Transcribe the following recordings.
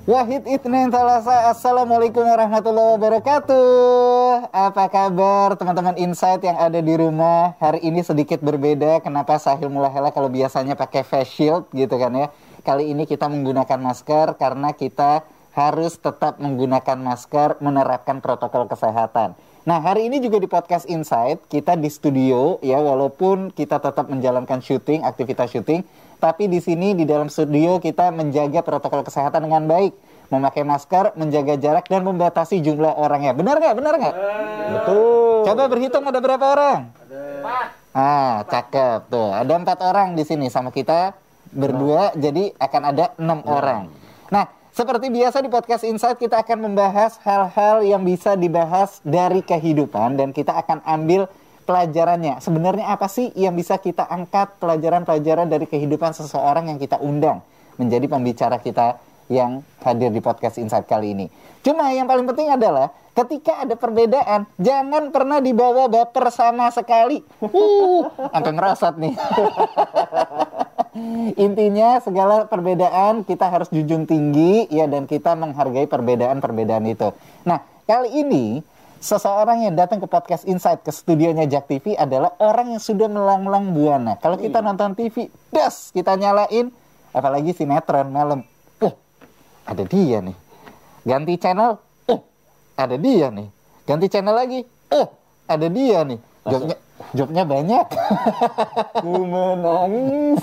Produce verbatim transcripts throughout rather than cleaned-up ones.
Wahid Itnin Thalasa. Assalamualaikum warahmatullahi wabarakatuh. Apa kabar teman-teman Insight yang ada di rumah? Hari ini sedikit berbeda. Kenapa Sahil Mulahela kalau biasanya pakai face shield gitu kan ya? Kali ini kita menggunakan masker karena kita harus tetap menggunakan masker, menerapkan protokol kesehatan. Nah, hari ini juga di podcast Insight kita di studio ya, walaupun kita tetap menjalankan syuting, aktivitas syuting, tapi di sini di dalam studio kita menjaga protokol kesehatan dengan baik, memakai masker, menjaga jarak dan membatasi jumlah orangnya. Benar nggak? Benar nggak? Betul. Coba berhitung ada berapa orang? Ada empat. Ah, cakep tuh. Ada empat orang di sini sama kita berdua, oh. Jadi akan ada enam oh. orang. Nah, seperti biasa di podcast Insight kita akan membahas hal-hal yang bisa dibahas dari kehidupan dan kita akan ambil pelajarannya. Sebenarnya apa sih yang bisa kita angkat pelajaran-pelajaran dari kehidupan seseorang yang kita undang menjadi pembicara kita yang hadir di podcast Insight kali ini. Cuma yang paling penting adalah ketika ada perbedaan, jangan pernah dibawa baper sama sekali. Uh, sampai ngerasat nih. Intinya segala perbedaan kita harus junjung tinggi ya, dan kita menghargai perbedaan-perbedaan itu. Nah, kali ini seseorang yang datang ke podcast Insight ke studionya Jak T V adalah orang yang sudah melanglang buana. Kalau kita nonton T V, das kita nyalain, apalagi sinetron malam. Oh, ada dia nih. Ganti channel, oh, ada dia nih. Ganti channel lagi, oh, ada dia nih. Jobnya, jobnya banyak. Ku menangis.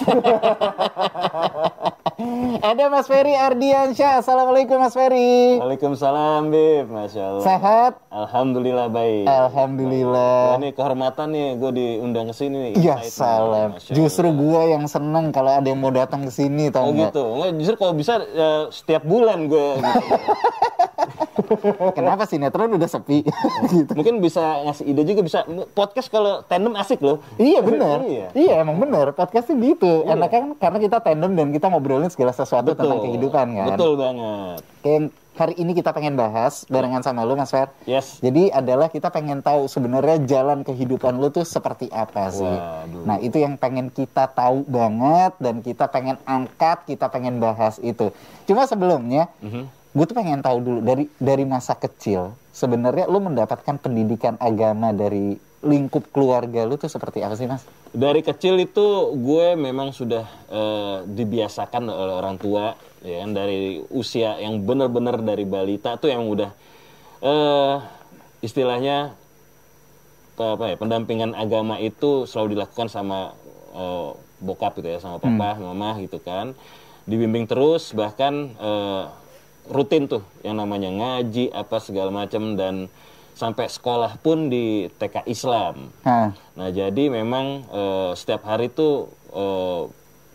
Ada Mas Ferry Ardiansyah. Assalamualaikum Mas Ferry. Waalaikumsalam Bib. Masya Allah. Sehat? Alhamdulillah baik. Alhamdulillah. Baik. Ini kehormatan nih gue diundang ke sini. Iya salam. Justru gue yang seneng kalau ada yang mau datang ke sini, tau nggak? Oh gitu. Nggak, justru kalau bisa ya, setiap bulan gue. Gitu. Kenapa sinetron udah sepi? Gitu. Mungkin bisa ngasih ide juga, bisa podcast kalau tandem asik loh. Iya benar. iya. iya emang benar. Podcast sih gitu. Iya. Enaknya kan karena kita tandem dan kita ngobrolin segala sesuatu betul. Tentang kehidupan kan. Betul banget. Kayak hari ini kita pengen bahas barengan sama lu Mas Fer. Yes. Jadi adalah kita pengen tahu sebenarnya jalan kehidupan lu tuh seperti apa sih. Waduh. Nah itu yang pengen kita tahu banget dan kita pengen angkat, kita pengen bahas itu. Cuma sebelumnya. Mm-hmm. Gue tuh pengen tahu dulu dari dari masa kecil sebenarnya lu mendapatkan pendidikan agama dari lingkup keluarga lu tuh seperti apa sih Mas? Dari kecil itu gue memang sudah uh, dibiasakan oleh orang tua ya kan, dari usia yang benar-benar dari balita tuh yang udah uh, istilahnya apa ya, pendampingan agama itu selalu dilakukan sama uh, bokap gitu ya, sama papa, hmm. mama gitu kan. Dibimbing terus, bahkan uh, rutin tuh yang namanya ngaji apa segala macam, dan sampai sekolah pun di T K Islam. Ha. Nah jadi memang uh, setiap hari tuh uh,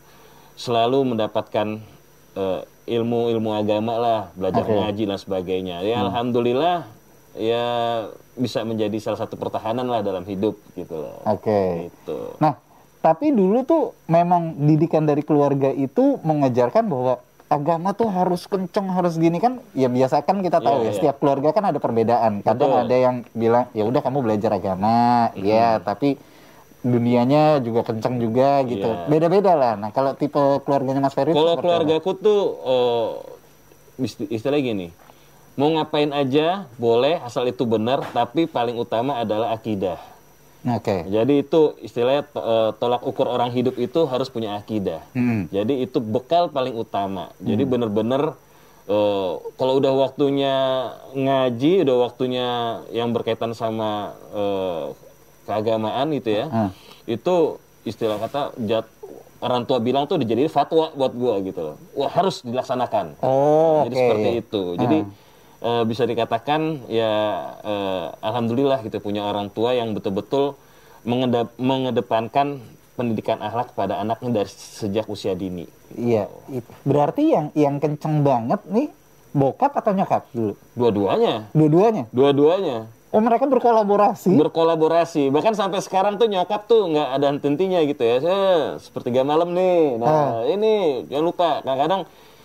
selalu mendapatkan uh, ilmu-ilmu agama lah, belajar okay. ngaji dan sebagainya. Ya hmm. alhamdulillah ya bisa menjadi salah satu pertahanan lah dalam hidup gitu loh. Oke. Okay. Gitu. Nah tapi dulu tuh memang didikan dari keluarga itu mengajarkan bahwa agama tuh harus kenceng, harus gini kan. Ya biasa kan kita tahu yeah, ya, yeah. setiap keluarga kan ada perbedaan. Kadang Betul. Ada yang bilang, ya udah kamu belajar agama, mm. ya tapi dunianya juga kenceng juga gitu. Yeah. Beda-beda lah. Nah kalau tipe keluarganya Mas Ferry, kalau keluargaku apa? Tuh uh, istilahnya gini, mau ngapain aja boleh asal itu benar, tapi paling utama adalah akidah. Oke. Okay. Jadi itu istilahnya uh, tolak ukur orang hidup itu harus punya akidah. Hmm. Jadi itu bekal paling utama. Hmm. Jadi benar-benar uh, kalau udah waktunya ngaji, udah waktunya yang berkaitan sama uh, keagamaan gitu ya, hmm. itu istilah kata jat, orang tua bilang tuh dijadiin fatwa buat gua gitu loh. Wah harus dilaksanakan. Oh, jadi okay. seperti itu. Jadi hmm. Uh, bisa dikatakan ya uh, alhamdulillah gitu punya orang tua yang betul-betul mengedep, mengedepankan pendidikan akhlak kepada anaknya dari sejak usia dini. Iya, berarti yang yang kenceng banget nih bokap atau nyokap dulu? Dua-duanya. Dua-duanya. Dua-duanya. Oh mereka berkolaborasi? Berkolaborasi, bahkan sampai sekarang tuh nyokap tuh nggak ada henti-hentinya gitu ya. Eh, sepertiga malam nih. Nah ah. ini jangan lupa kadang-kadang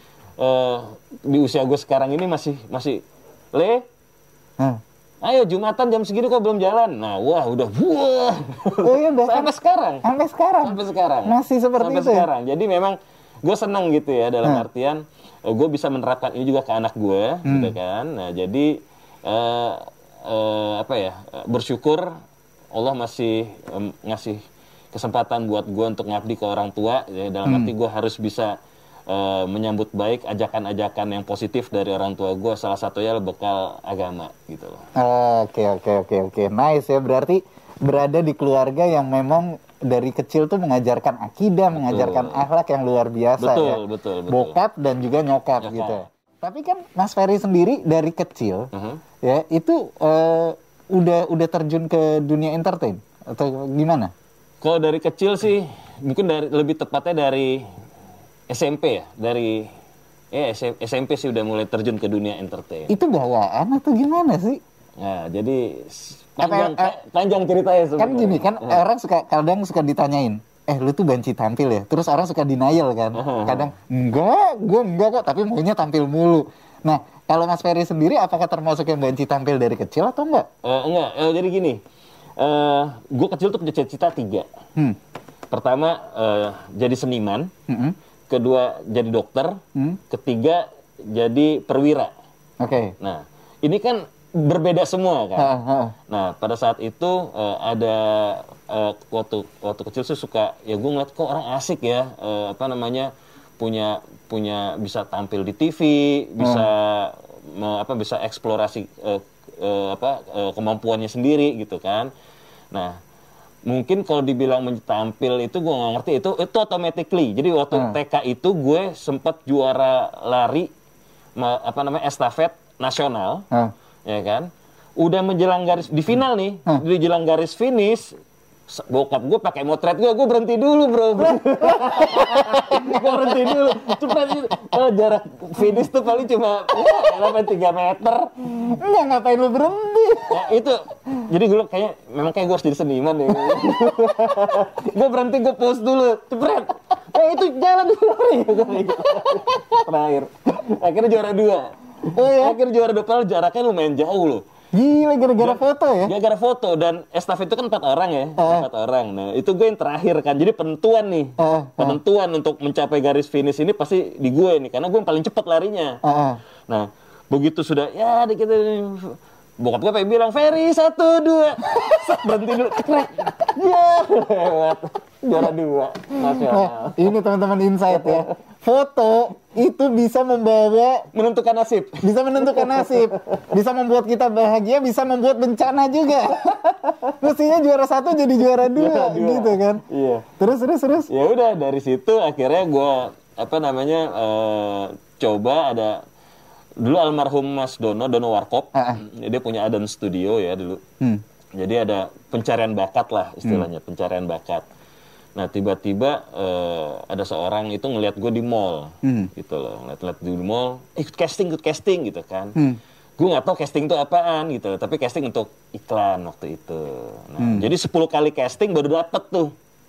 Uh, di usia gue sekarang ini masih masih le, hmm. ayo Jumatan jam segini kok belum jalan. Nah wah udah wah oh iya sampai sekarang sampai sekarang sampai sekarang masih seperti sampai itu sekarang. Jadi memang gue senang gitu ya dalam hmm. artian gue bisa menerapkan ini juga ke anak gue, hmm. gitu kan. Nah jadi uh, uh, apa ya, bersyukur Allah masih um, ngasih kesempatan buat gue untuk ngabdi ke orang tua. Ya, dalam hmm. arti gue harus bisa uh, menyambut baik ajakan-ajakan yang positif dari orang tua gue. Salah satunya bekal agama, gitu loh. Oke oke oke oke, nice ya. Berarti berada di keluarga yang memang dari kecil tuh mengajarkan akidah, betul. mengajarkan akhlak yang luar biasa betul, ya. Betul, betul. Bokap dan juga nyokap, nyokap. gitu. Tapi kan Mas Ferry sendiri dari kecil uh-huh. ya itu uh, udah udah terjun ke dunia entertain atau gimana? Kalau dari kecil sih mungkin dari lebih tepatnya dari S M P ya, dari ya S M P sih udah mulai terjun ke dunia entertain. Itu bawaan atau gimana sih? Nah, jadi panjang, Apa, uh, panjang ceritanya sebenarnya. Kan gini, kan uh. orang suka kadang suka ditanyain, eh lu tuh banci tampil ya? Terus orang suka denial kan. Uh-huh. Kadang, enggak, gue enggak kok, tapi maunya tampil mulu. Nah, kalau Mas Ferry sendiri apakah termasuk yang banci tampil dari kecil atau enggak? Uh, enggak, uh, jadi gini, uh, gue kecil tuh punya cita-cita tiga. Hmm. Pertama, uh, jadi seniman. Hmm. Kedua, jadi dokter. Hmm. Ketiga, jadi perwira. Oke. Okay. Nah, ini kan berbeda semua kan. Ha, ha. Nah pada saat itu uh, ada uh, waktu waktu kecil sih suka ya gue ngeliat kok orang asik ya uh, apa namanya punya punya bisa tampil di T V, bisa hmm. me, apa bisa eksplorasi uh, uh, apa uh, kemampuannya sendiri gitu kan. Nah mungkin kalau dibilang tampil itu gue nggak ngerti itu itu automatically. Jadi waktu hmm. T K itu gue sempat juara lari ma, apa namanya estafet nasional. Hmm. Ya kan, udah menjelang garis di final nih, huh? di jelang garis finish, bokap gue pakai motret gue, gue berhenti dulu bro, gue berhenti dulu, cepet oh, jarak finish tuh paling cuma ya, delapan tiga meter, nggak ngapain lu berhenti? Ya itu, jadi gue kayak memang kayak gue harus jadi seniman deh, gue berhenti gue pause dulu, cepet, eh itu jalan dulu nih, terakhir, akhirnya juara dua. Oh ya? Akhirnya juara dua, padahal jaraknya lumayan jauh loh. Gila, gara-gara foto ya? Gara-gara foto, dan estafet itu kan empat orang ya, uh. empat orang. Nah itu gue yang terakhir kan, jadi penentuan nih, uh, uh. penentuan untuk mencapai garis finish ini pasti di gue nih, karena gue yang paling cepat larinya. Uh, uh. Nah begitu sudah, ya dikit bokap gue pengen bilang, Ferry satu dua, berhenti dulu, krek, ya lewat, juara dua, nasional. Nah, ini teman-teman insight ya. Foto itu bisa membawa menentukan nasib, bisa menentukan nasib, bisa membuat kita bahagia, bisa membuat bencana juga. Mestinya juara satu jadi juara dua, juara dua. Gitu kan? Iya. Terus terus terus. Ya udah dari situ akhirnya gue apa namanya uh, coba ada dulu almarhum Mas Dono Dono Warkop, uh-uh. dia punya Adan Studio ya dulu. Hmm. Jadi ada pencarian bakat lah istilahnya, hmm. pencarian bakat. Nah tiba-tiba uh, ada seorang itu ngelihat gue di mall, hmm. gitu loh, ngeliat-ngeliat di mall, ikut casting, ikut casting gitu kan. Hmm. Gue nggak tahu casting itu apaan gitu, tapi casting untuk iklan waktu itu. Nah, hmm. jadi sepuluh kali casting baru dapet tuh.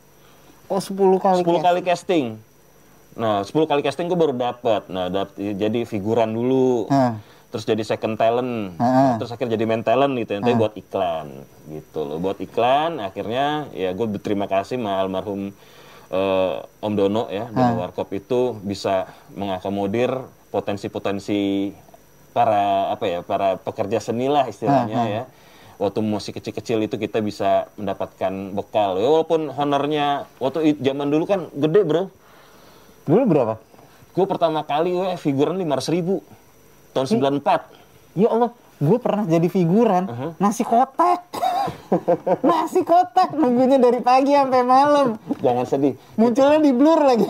Oh sepuluh kali. sepuluh kali casting. Nah sepuluh kali casting gue baru dapet. Nah dapet, jadi figuran dulu. Hmm. Terus jadi second talent, uh-huh. terus akhirnya jadi main talent gitu, nanti uh-huh. buat iklan, gitu loh, buat iklan, akhirnya ya gue berterima kasih sama almarhum uh, Om Dono ya, Dono uh-huh. Warkop itu bisa mengakomodir potensi-potensi para apa ya, para pekerja seni lah istilahnya uh-huh. ya. Waktu masih kecil-kecil itu kita bisa mendapatkan bekal, ya, walaupun honornya waktu zaman dulu kan gede bro. Dulu berapa? Gue pertama kali gue figuran lima ratus ribu. Tahun sembilan puluh empat. Ya Allah, gue pernah jadi figuran uh-huh. nasi kotak. Nasi kotak, nunggunya dari pagi sampai malam. Jangan sedih. Munculnya di blur lagi.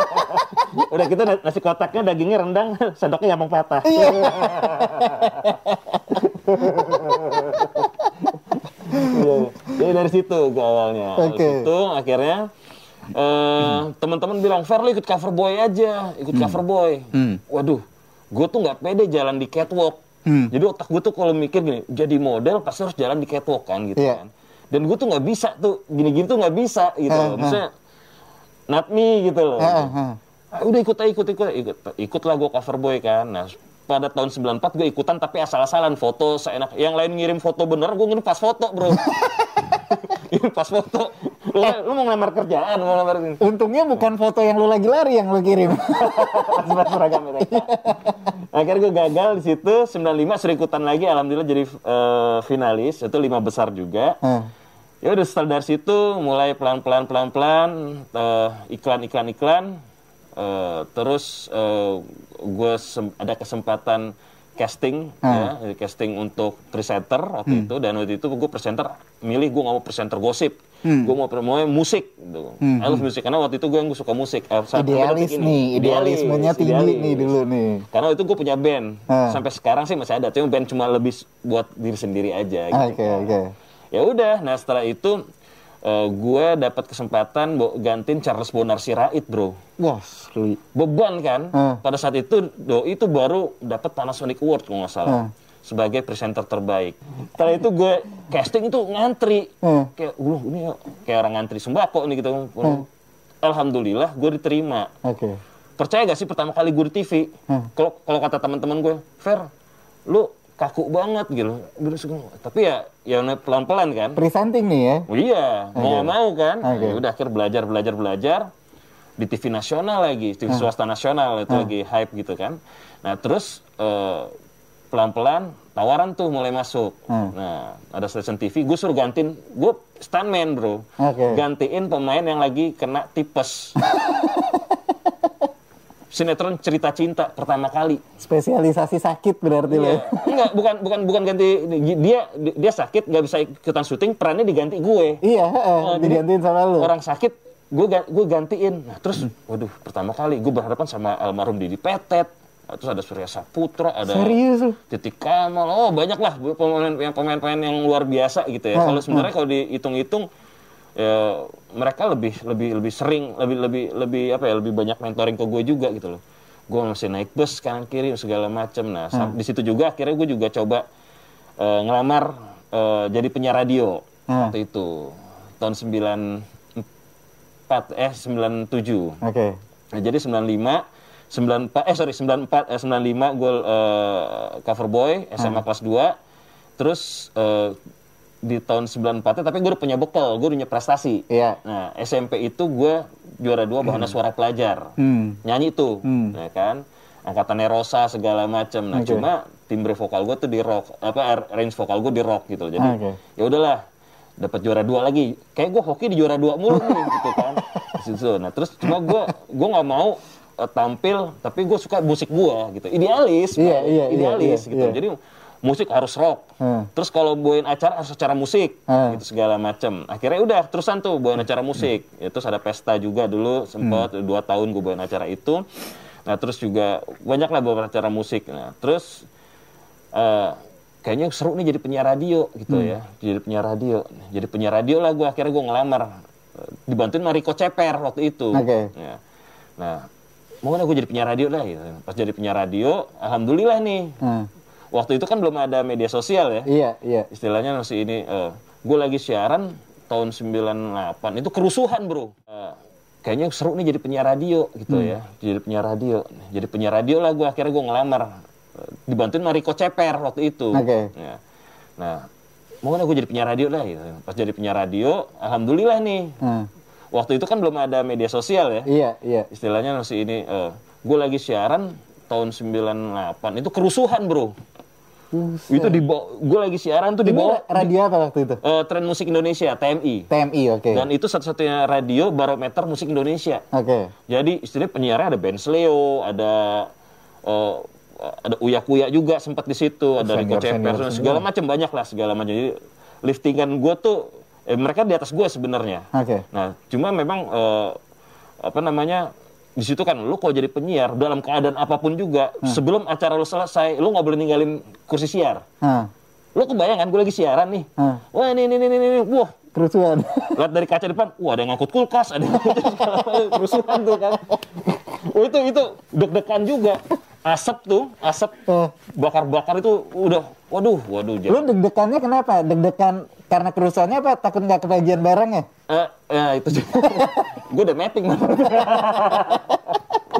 Udah kita nasi kotaknya dagingnya rendang, sendoknya gampang patah. Iya. Jadi dari situ awalnya. Okay. Dari situ akhirnya uh, hmm. teman-teman bilang, Fer lu ikut cover boy aja, ikut hmm. cover boy. Hmm. Waduh. Gue tuh nggak pede jalan di catwalk. Hmm. Jadi otak gue tuh kalau mikir gini, jadi model pasti harus jalan di catwalk kan gitu yeah. kan. Dan gue tuh nggak bisa tuh, gini-gini tuh nggak bisa gitu. Uh, uh. Maksudnya, not me gitu loh. Uh, uh. Ah, udah ikut aja, ikut, ikut, ikut. Ikutlah gue cover boy kan. Nah, pada tahun sembilan puluh empat gue ikutan tapi asal-asalan foto seenak. Yang lain ngirim foto bener, gue ngirim pas foto bro. Ini pas foto. Lu, lu mau ngelamar kerjaan, mau ngelamar ini. Untungnya bukan foto yang lu lagi lari yang lu kirim. Pas seragam mereka. Akhirnya gue gagal di situ. sembilan puluh lima serikutan lagi, alhamdulillah jadi uh, finalis. Itu lima besar juga. Hmm. Ya udah setelah dari situ mulai pelan-pelan pelan-pelan uh, iklan-iklan-iklan. Uh, terus uh, gue sem- ada kesempatan casting, hmm. ya, casting untuk presenter waktu hmm. itu, dan waktu itu gue presenter milih gue nggak mau presenter gosip, hmm. gue mau mau musik, gitu. hmm. I love musik karena waktu itu gue yang suka musik. Eh, idealis nih, idealismenya tinggi idealis. nih dulu nih. Karena waktu itu gue punya band, hmm. sampai sekarang sih masih ada, cuma band cuma lebih buat diri sendiri aja. Gitu. Oke okay, oke. Okay. Ya udah, nah setelah itu Uh, gue dapat kesempatan bo- gantiin Charles Bonar Sirait, bro. Wah, wow, beban kan? Uh. Pada saat itu, do itu baru dapat Panasonic Award kalau nggak salah, uh. sebagai presenter terbaik. Setelah itu gue casting itu ngantri, uh. kayak, uh, ini kayak orang ngantri sembako nih gitu. Uh. Alhamdulillah, gue diterima. Oke. Okay. Percaya gak sih pertama kali gue di T V? Kalau uh. kalau kata teman-teman gue, Fer, lu kaku banget gitu. Tapi ya ya pelan-pelan kan. Presenting nih ya. Oh iya, okay. mau mau kan. Okay. Ya udah akhirnya belajar belajar belajar di T V nasional lagi, T V hmm. swasta nasional itu hmm. lagi hype gitu kan. Nah, terus uh, pelan-pelan tawaran tuh mulai masuk. Hmm. Nah, ada stasiun T V, gue suruh gantiin, gue stuntman, bro. Okay. Gantiin pemain yang lagi kena tipes. Sinetron Cerita Cinta pertama kali. Spesialisasi sakit berarti iya. loh. Enggak, bukan bukan bukan ganti dia dia sakit nggak bisa ikutan syuting, perannya diganti gue. Iya, eh, uh, digantiin sama lu. Orang sakit gue gue gantiin. Nah, terus hmm. waduh, pertama kali gue berhadapan sama almarhum Didi Petet. Terus ada Surya Saputra, ada Serius? Titik Kamal. Oh, banyak lah pemain yang pemain-pemain yang luar biasa gitu ya. Hmm. Kalau sebenarnya hmm. kalau dihitung-hitung ya, mereka lebih lebih lebih sering lebih lebih lebih apa ya lebih banyak mentoring ke gue juga gitu loh. Gue masih naik bus kanan kiri segala macam. Nah hmm. di situ juga akhirnya gue juga coba uh, ngelamar uh, jadi penyiar radio hmm. waktu itu tahun sembilan empat eh sembilan tujuh. Oke. Okay. Nah, jadi sembilan lima sembilan empat eh sorry sembilan empat eh sembilan lima gue uh, cover boy S M A hmm. kelas dua. Terus uh, di tahun sembilan empat tapi gue udah punya bekal, gue udah punya prestasi. Iya. Nah, S M P itu gue juara dua bahana hmm. suara pelajar. Hmm. Nyanyi tuh, hmm. ya kan? Angkatannya Rosa segala macam. Nah, okay. cuma timbre vokal gue tuh di rock, apa range vokal gue di rock gitu. Jadi okay. ya udahlah, dapat juara dua lagi. Kayak gue hoki di juara dua mulu nih gitu kan. Nah, terus cuma gue gue nggak mau uh, tampil, tapi gue suka musik gue gitu. Idealis, iya, iya, idealis iya, gitu. Iya. Jadi musik harus rock, hmm. terus kalau bawain acara harus acara musik, hmm. gitu segala macam. Akhirnya udah terusan tuh bawain acara musik. Hmm. Ya, terus ada pesta juga dulu sempat hmm. dua tahun gue bawain acara itu. Nah terus juga banyak lah bawain acara musik. Nah terus uh, kayaknya seru nih jadi penyiar radio gitu hmm. ya, jadi penyiar radio. Jadi penyiar radio lah gue akhirnya gue ngelamar, dibantuin Mariko Ceper waktu itu. Okay. Ya. Nah mau nggak gue jadi penyiar radio lah gitu. Pas jadi penyiar radio, alhamdulillah nih. Hmm. Waktu itu kan belum ada media sosial ya. Iya, iya. Istilahnya masih ini, uh, gue lagi siaran tahun sembilan puluh delapan, itu kerusuhan bro. Uh, kayaknya seru nih jadi penyiar radio gitu hmm. ya. Jadi penyiar radio. Jadi penyiar radio lah gue, akhirnya gue ngelamar. Uh, dibantuin Mariko Ceper waktu itu. Oke. Okay. Ya. Nah, mau nggak gue jadi penyiar radio lah gitu. Pas jadi penyiar radio, alhamdulillah nih. Hmm. Waktu itu kan belum ada media sosial ya. Iya, iya. Istilahnya masih ini, uh, gue lagi siaran tahun sembilan puluh delapan, itu kerusuhan bro. Buset. Itu di gue lagi siaran tuh di bawah radio apa waktu itu? Uh, Tren Musik Indonesia, T M I. T M I, oke. Okay. Dan itu satu-satunya radio barometer musik Indonesia. Oke. Okay. Jadi istilahnya penyiarnya ada Ben Sleo, ada uh, ada Uya Kuya juga sempat di situ, ada Rico Ceper, segala macam banyak lah segala macam. Jadi liftingan gue tuh eh, mereka di atas gue sebenarnya. Oke. Okay. Nah, cuma memang uh, apa namanya? Di situ kan lu kalau jadi penyiar dalam keadaan apapun juga hmm. sebelum acara lu selesai lu nggak boleh ninggalin kursi siar. Hmm. Lu kebayang kan gue lagi siaran nih, hmm. wah ini ini ini ini, wah kerusuhan. Lihat dari kaca depan, wah ada yang ngangkut kulkas, ada yang kerusuhan tuh kan. Oh itu itu deg-degan juga. Asap tuh, asap bakar-bakar itu udah, waduh, waduh. Lu deg-degannya kenapa? Deg-degan karena kerusuhannya apa? Takut nggak kebagian barangnya? Eh, ya itu juga. Gue udah mapping.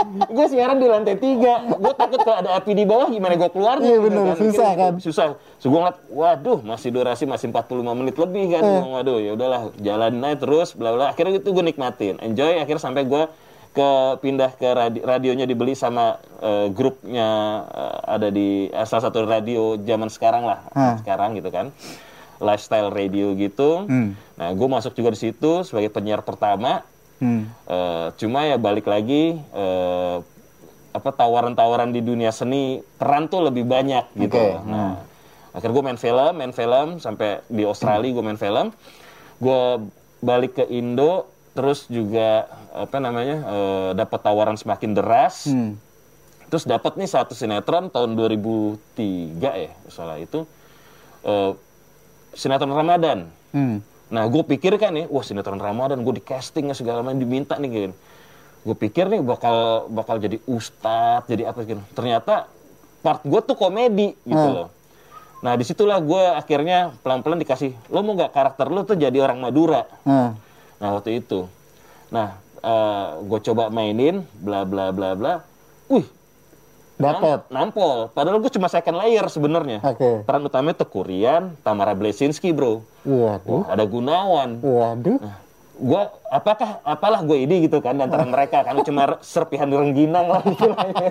gue siaran di lantai tiga. Gue takut kalau ada api di bawah gimana gue keluarnya. Iya gitu bener, kan. susah Akhirnya kan. Susah. So gue ngeliat, waduh masih durasi masih empat puluh lima menit lebih kan. Eh. Waduh ya udahlah jalanin aja terus bla bla. Akhirnya itu gue nikmatin, enjoy. Akhirnya sampai gue ke pindah ke radi, radionya dibeli sama uh, grupnya uh, ada di uh, salah satu radio zaman sekarang lah. Ah. Sekarang gitu kan. Lifestyle radio gitu. Hmm. Nah, gue masuk juga di situ sebagai penyiar pertama. Hmm. Uh, cuma ya balik lagi uh, apa tawaran-tawaran di dunia seni peran tuh lebih banyak gitu. Okay. Nah, akhirnya gue main film, main film sampai di Australia gue main film. Gue balik ke Indo, terus juga apa namanya uh, dapat tawaran semakin deras. Hmm. Terus dapat nih satu sinetron tahun dua ribu tiga ya, salah itu. Uh, sinetron Ramadan. Hmm. Nah, gue pikir kan nih, wah sinetron Ramadan, gue di casting segala macam diminta nih gitu. Gue pikir nih bakal bakal jadi ustadz, jadi apa gitu. Ternyata part gue tuh komedi gitu Hmm. loh. Nah, disitulah gue akhirnya pelan-pelan dikasih, lo mau nggak karakter lo tuh jadi orang Madura. Hmm. Nah, waktu itu. Nah, uh, gue coba mainin, bla bla bla bla. Wih, Dapat. nampol. Padahal gue cuma second layer sebenarnya. Oke. Peran utamanya tuh Kurian, Tamara Blesinski, bro. Waduh. Ada Gunawan. Waduh. Gua apakah apalah gue ini gitu kan antara mereka kan cuma serpihan rengginang lah istilahnya.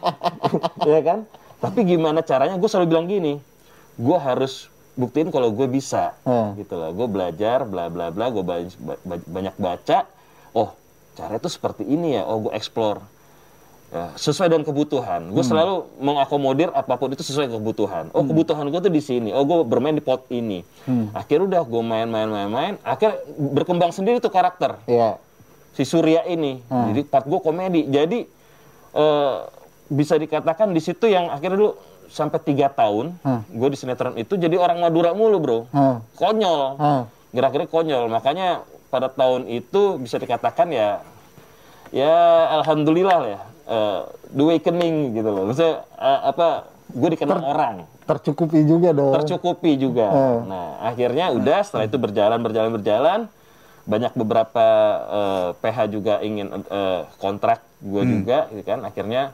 Ya kan? Tapi gimana caranya? Gue selalu bilang gini. Gue harus buktiin kalau gue bisa. Hmm. Gitu loh. Gue belajar bla bla bla, gue banyak baca. Oh, caranya tuh seperti ini ya. Oh, gue explore. Ya, sesuai dengan kebutuhan. Gue Hmm. selalu mengakomodir apapun itu sesuai kebutuhan. Oh, kebutuhan gue tuh di sini. Oh, gue bermain di pot ini. Hmm. Akhirnya udah gue main-main-main-main. Akhirnya berkembang sendiri tuh karakter. Iya. Si Surya ini. Hmm. Jadi part gue komedi. Jadi eh, bisa dikatakan di situ yang akhirnya dulu sampai tiga tahun. Hmm. Gue di sinetron itu jadi orang Madura mulu, bro. Hmm. Konyol. Hmm. Gerak-gerik konyol. Makanya pada tahun itu bisa dikatakan ya, ya alhamdulillah ya. Uh, the awakening gitu loh. Maksudnya uh, apa? Gue dikenal Ter- orang. Tercukupi juga dong. Tercukupi juga. Eh. Nah, akhirnya udah setelah itu berjalan berjalan berjalan banyak beberapa uh, P H juga ingin uh, kontrak gue Hmm. juga gitu kan. Akhirnya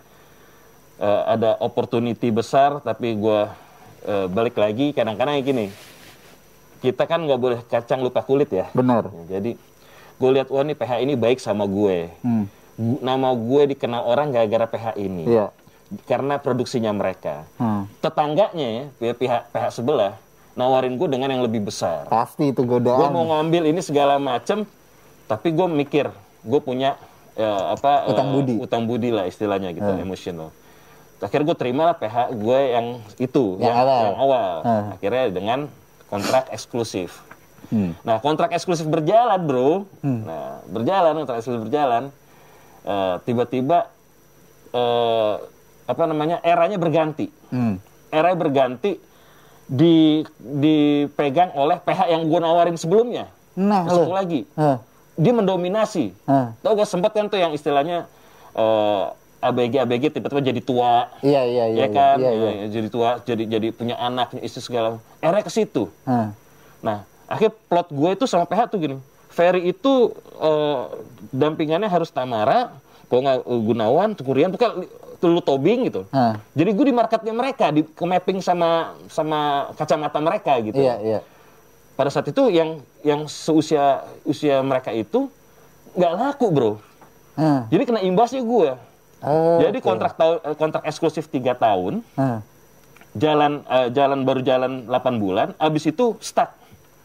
uh, ada opportunity besar tapi gue uh, balik lagi kadang-kadang kayak gini. Kita kan nggak boleh kacang lupa kulit ya. Benar. Ya, jadi gue lihat wah nih P H ini baik sama gue. Hmm. Nama gue dikenal orang gara-gara P H ini. Iya. Karena produksinya mereka. Hmm. Tetangganya ya, pihak pihak sebelah nawarin gue dengan yang lebih besar. Pasti itu godaan. Gue mau ngambil ini segala macem, tapi gue mikir gue punya ya, apa Utang eh, budi. utang budi lah istilahnya gitu, Hmm. emosional. Akhirnya gue terima lah P H gue yang itu, Yang awal. yang awal. Hmm. Akhirnya dengan kontrak eksklusif. Hmm. Nah, kontrak eksklusif berjalan, bro. Hmm. Nah, berjalan, kontrak eksklusif berjalan. Eh, tiba-tiba eh, apa namanya eranya berganti. Hmm. Eranya berganti di dipegang oleh P H yang gue nawarin sebelumnya. Nah, Satu lo. lagi, Hah. dia mendominasi. Hah. Tau gak sempat kan tuh yang istilahnya eh, A B G A B G tiba-tiba jadi tua. Iya, iya, iya. Ya kan, Iya, iya. Ya, jadi tua, jadi jadi punya anak, punya istri segala. Eranya ke situ. Hah. Nah, akhirnya plot gue itu sama P H tuh gini. Ferry itu eh, dampingannya harus Tamara, kalau nggak eh, Gunawan, Tukurian, bukan lu Tobing gitu. Hah. Jadi gue di marketnya mereka, di ke mapping sama sama kacamata mereka gitu. Iya, iya. Pada saat itu yang yang seusia usia mereka itu nggak laku, bro. Hah. Jadi kena imbasnya gue. Oh, Jadi oke. kontrak tahun eh, kontrak eksklusif tiga tahun, Hah. jalan eh, jalan baru jalan delapan bulan, abis itu stuck.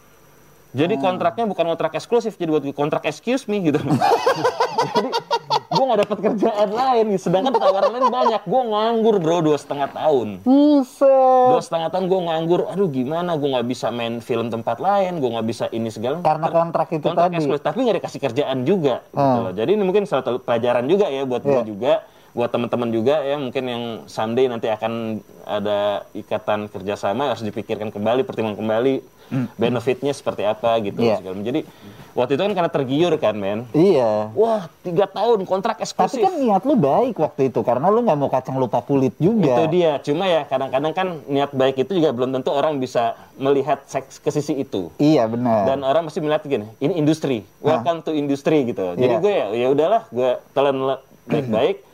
Jadi kontraknya bukan kontrak eksklusif, jadi buat gue kontrak excuse me gitu. Jadi gue nggak dapat kerjaan lain, sedangkan tawaran lain banyak. Gue nganggur, bro, dua setengah tahun. Buset. Dua setengah tahun gue nganggur. Aduh gimana? Gue nggak bisa main film tempat lain, gue nggak bisa ini segala. Karena kontrak itu kontrak tadi. eksklusif, tapi nggak dikasih kerjaan juga. Gitu Hmm. loh. Jadi ini mungkin salah satu pelajaran juga ya buat gue Iya. juga, buat teman-teman juga ya mungkin yang someday nanti akan ada ikatan kerjasama harus dipikirkan kembali, pertimbangkan kembali benefitnya seperti apa gitu. Iya. Segala. Jadi waktu itu kan karena tergiur kan, men. Iya. Wah, tiga tahun kontrak Tapi eksklusif. kan niat lu baik waktu itu karena lu nggak mau kacang lupa kulit juga. Itu dia. Cuma ya kadang-kadang kan niat baik itu juga belum tentu orang bisa melihat seks ke sisi itu. Iya benar. Dan orang mesti melihat gini, ini industri, welcome to industri gitu. Jadi Iya. gue ya, ya udahlah, gue telan le- baik-baik.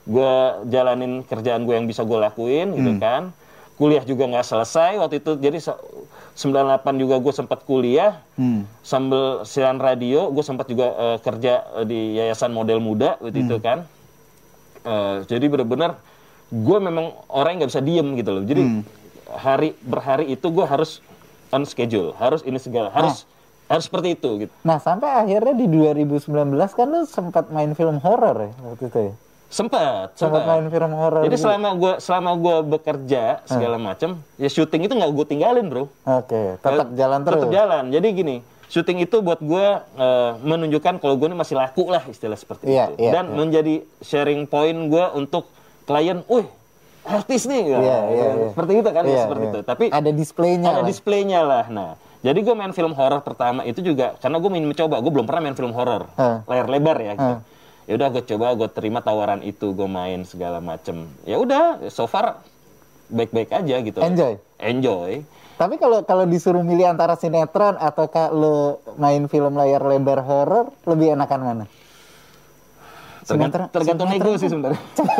gue jalanin kerjaan gue yang bisa gue lakuin, gitu Hmm. kan. Kuliah juga nggak selesai waktu itu, jadi se- sembilan puluh delapan juga gue sempat kuliah, Hmm. sambil siaran radio, gue sempat juga eh, kerja eh, di Yayasan Model Muda, waktu itu Hmm. kan. Eh, jadi benar-benar gue memang orang yang nggak bisa diem gitu loh. Jadi Hmm. hari berhari itu gue harus on schedule, harus ini segala, harus harus seperti itu gitu. Nah, sampai akhirnya di dua ribu sembilan belas kan lu sempat main film horor ya waktu itu ya? Sempat, Sempat sempat. main film horor. Jadi gitu. selama gue selama gue bekerja segala macam, ya syuting itu nggak gue tinggalin, bro. Oke, tetap jalan terus. Tetap jalan. Jadi gini, syuting itu buat gue eh, menunjukkan kalau gue ini masih laku lah, istilah seperti Iya, itu. iya, Dan iya. menjadi sharing point gue untuk klien, wih artis nih, Iya, ya. iya, iya. Seperti itu kan, ya, Iya, seperti iya. itu. Tapi ada displaynya. ada lah. displaynya lah. Nah, jadi gue main film horor pertama itu juga karena gue ingin mencoba. Gue belum pernah main film horor Eh. layar lebar ya. Gitu. Eh. Ya udah gue coba, gue terima tawaran itu, gue main segala macem. Ya udah, so far baik-baik aja gitu. Enjoy? Enjoy. Tapi kalau kalau disuruh milih antara sinetron atau lo main film layar lebar horor, lebih enakan mana? Tergantung, Sinetron- tergantung sinetron nego sih sebenarnya.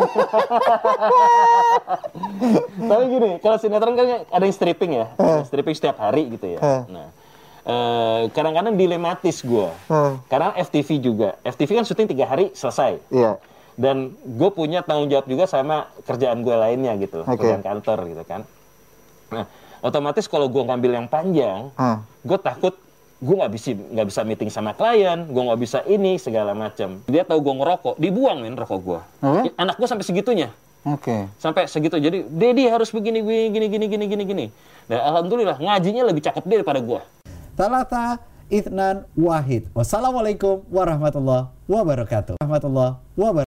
Tapi gini, kalau sinetron kan ada yang stripping ya, stripping setiap hari gitu ya. Eh. Nah, eh, kadang-kadang dilematis gue, Eh. karena F T V juga. F T V kan syuting tiga hari selesai. Iya. Dan gue punya tanggung jawab juga sama kerjaan gue lainnya gitu, Oke. kerjaan kantor gitu kan. Nah, otomatis kalau gue ngambil yang panjang, Eh. gue takut gue nggak bisa nggak bisa meeting sama klien, gue nggak bisa ini segala macam. Dia tahu gue ngerokok, dibuang men rokok gue. Oh, ya? Anak gue sampai segitunya, Oke. sampai segitu. Jadi Dedi harus begini gini gini gini gini gini gini. Dan alhamdulillah ngajinya lebih cakep dia daripada gue. Talata Ithnan Wahid. Wassalamualaikum warahmatullahi wabarakatuh. Warahmatullahi wabarakatuh.